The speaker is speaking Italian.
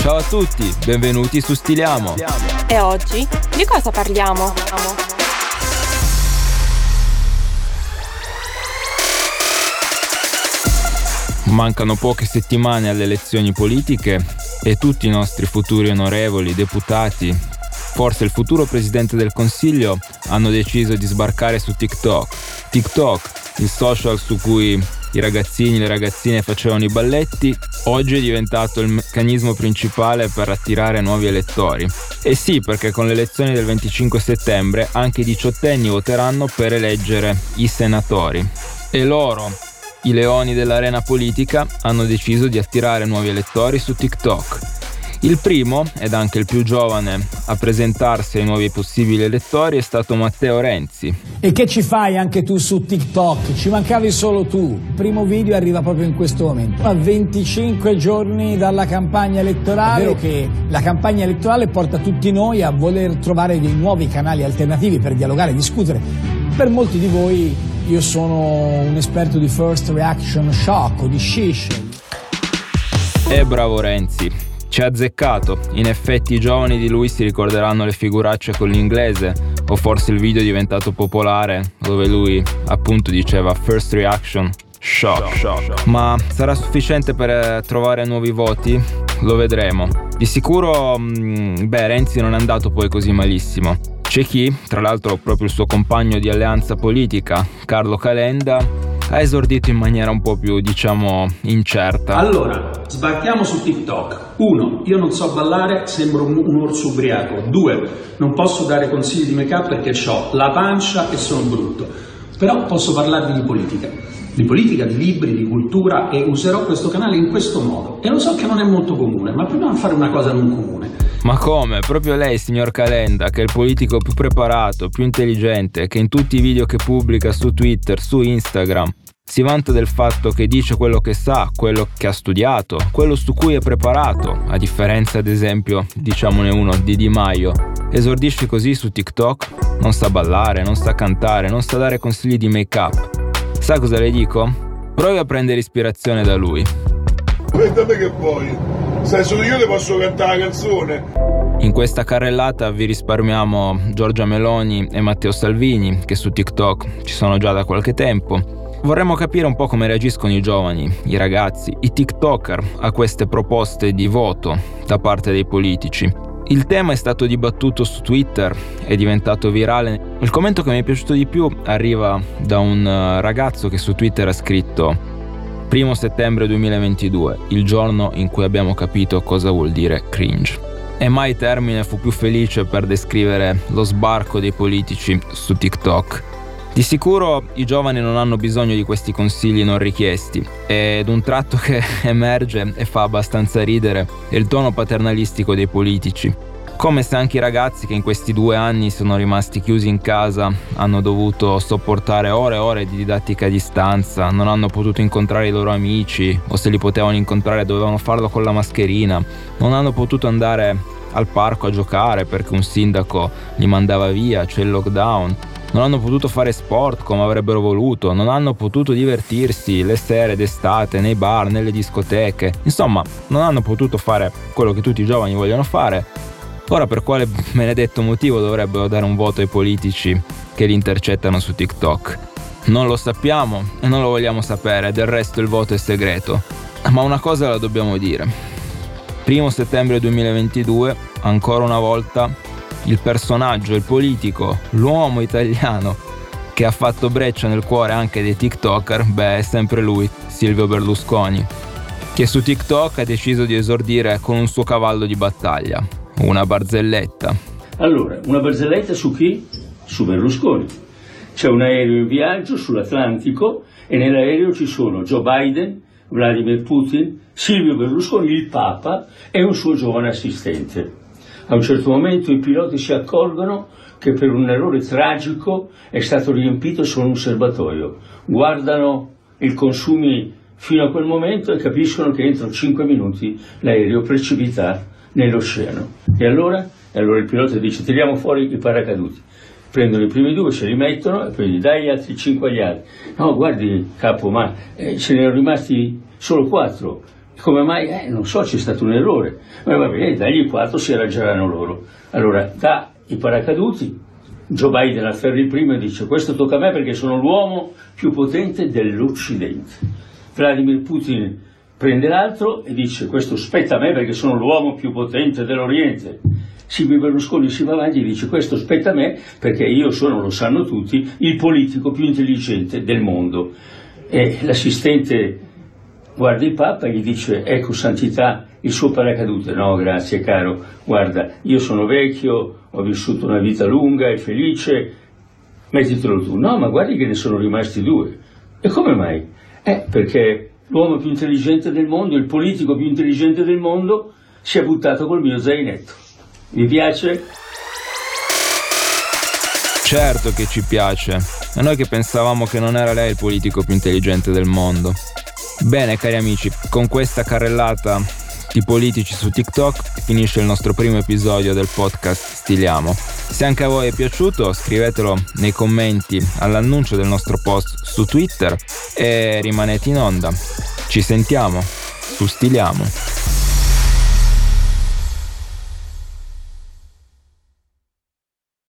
Ciao a tutti, benvenuti su Stiliamo. E oggi di cosa parliamo? Mancano poche settimane alle elezioni politiche e tutti i nostri futuri onorevoli, deputati, forse il futuro presidente del Consiglio, hanno deciso di sbarcare su TikTok. TikTok, il social su cui i ragazzini e le ragazzine facevano i balletti, oggi è diventato il meccanismo principale per attirare nuovi elettori. E sì, perché con le elezioni del 25 settembre anche i diciottenni voteranno per eleggere i senatori. E loro, i leoni dell'arena politica, hanno deciso di attirare nuovi elettori su TikTok. Il primo, ed anche il più giovane, a presentarsi ai nuovi possibili elettori è stato Matteo Renzi. E che ci fai anche tu su TikTok? Ci mancavi solo tu. Il primo video arriva proprio in questo momento. A 25 giorni dalla campagna elettorale. È vero che la campagna elettorale porta tutti noi a voler trovare dei nuovi canali alternativi per dialogare e discutere. Per molti di voi io sono un esperto di first reaction shock o di shish. Bravo Renzi. Ci ha azzeccato. In effetti i giovani di lui si ricorderanno le figuracce con l'inglese, o forse il video diventato popolare dove lui appunto diceva first reaction shock. Ma sarà sufficiente per trovare nuovi voti? Lo vedremo. Di sicuro Renzi non è andato poi così malissimo. C'è chi, tra l'altro proprio il suo compagno di alleanza politica, Carlo Calenda, ha esordito in maniera un po' più, incerta. Allora, sbarchiamo su TikTok. 1. Io non so ballare, sembro un orso ubriaco. 2. Non posso dare consigli di make-up perché ho la pancia e sono brutto. Però posso parlarvi di politica, di libri, di cultura, e userò questo canale in questo modo. E lo so che non è molto comune, ma proviamo a fare una cosa non comune. Ma come? Proprio lei, signor Calenda, che è il politico più preparato, più intelligente, che in tutti i video che pubblica su Twitter, su Instagram, si vanta del fatto che dice quello che sa, quello che ha studiato, quello su cui è preparato, a differenza ad esempio, diciamone uno, di Di Maio. Esordisce così su TikTok? Non sa ballare, non sa cantare, non sa dare consigli di make-up. Sa cosa le dico? Provi a prendere ispirazione da lui. Da me che vuoi? Sai, solo io le posso cantare la canzone. In questa carrellata vi risparmiamo Giorgia Meloni e Matteo Salvini, che su TikTok ci sono già da qualche tempo. Vorremmo capire un po' come reagiscono i giovani, i ragazzi, i TikToker a queste proposte di voto da parte dei politici. Il tema è stato dibattuto su Twitter, è diventato virale. Il commento che mi è piaciuto di più arriva da un ragazzo che su Twitter ha scritto: 1 settembre 2022, il giorno in cui abbiamo capito cosa vuol dire cringe. E mai termine fu più felice per descrivere lo sbarco dei politici su TikTok. Di sicuro i giovani non hanno bisogno di questi consigli non richiesti, ed un tratto che emerge e fa abbastanza ridere è il tono paternalistico dei politici. Come se anche i ragazzi che in questi 2 anni sono rimasti chiusi in casa hanno dovuto sopportare ore e ore di didattica a distanza, non hanno potuto incontrare i loro amici, o se li potevano incontrare dovevano farlo con la mascherina, non hanno potuto andare al parco a giocare perché un sindaco li mandava via, c'è il lockdown, non hanno potuto fare sport come avrebbero voluto, non hanno potuto divertirsi le sere d'estate nei bar, nelle discoteche, insomma non hanno potuto fare quello che tutti i giovani vogliono fare. Ora per quale benedetto motivo dovrebbero dare un voto ai politici che li intercettano su TikTok? Non lo sappiamo e non lo vogliamo sapere, del resto il voto è segreto. Ma una cosa la dobbiamo dire. 1 settembre 2022, ancora una volta, il personaggio, il politico, l'uomo italiano che ha fatto breccia nel cuore anche dei TikToker, è sempre lui, Silvio Berlusconi, che su TikTok ha deciso di esordire con un suo cavallo di battaglia. Una barzelletta. Allora, una barzelletta su chi? Su Berlusconi. C'è un aereo in viaggio sull'Atlantico e nell'aereo ci sono Joe Biden, Vladimir Putin, Silvio Berlusconi, il Papa e un suo giovane assistente. A un certo momento i piloti si accorgono che per un errore tragico è stato riempito solo un serbatoio. Guardano i consumi fino a quel momento e capiscono che entro 5 minuti l'aereo precipita nell'oceano. E allora il pilota dice: tiriamo fuori i paracaduti. Prendono i primi 2, ce li mettono e poi gli dai gli altri 5 agli altri. No, guardi capo, ma ce ne erano rimasti solo 4. Come mai? Non so, c'è stato un errore. Ma va bene, dagli 4 si arrangeranno loro. Allora, dà i paracaduti, Joe Biden afferra il primo e dice: questo tocca a me perché sono l'uomo più potente dell'Occidente. Vladimir Putin prende l'altro e dice: questo spetta a me perché sono l'uomo più potente dell'Oriente. Silvio Berlusconi si va avanti e dice: questo spetta a me perché io sono, lo sanno tutti, il politico più intelligente del mondo. E l'assistente guarda il Papa e gli dice: ecco, santità, il suo paracadute. No, grazie caro, guarda, io sono vecchio, ho vissuto una vita lunga e felice, mettitelo tu. No, ma guardi che ne sono rimasti 2. E come mai? Perché l'uomo più intelligente del mondo, il politico più intelligente del mondo, si è buttato col mio zainetto. Vi piace? Certo che ci piace. E noi che pensavamo che non era lei il politico più intelligente del mondo. Bene, cari amici, con questa carrellata di politici su TikTok finisce il nostro primo episodio del podcast Stiliamo. Se anche a voi è piaciuto, scrivetelo nei commenti all'annuncio del nostro post su Twitter e rimanete in onda. Ci sentiamo su Stiliamo.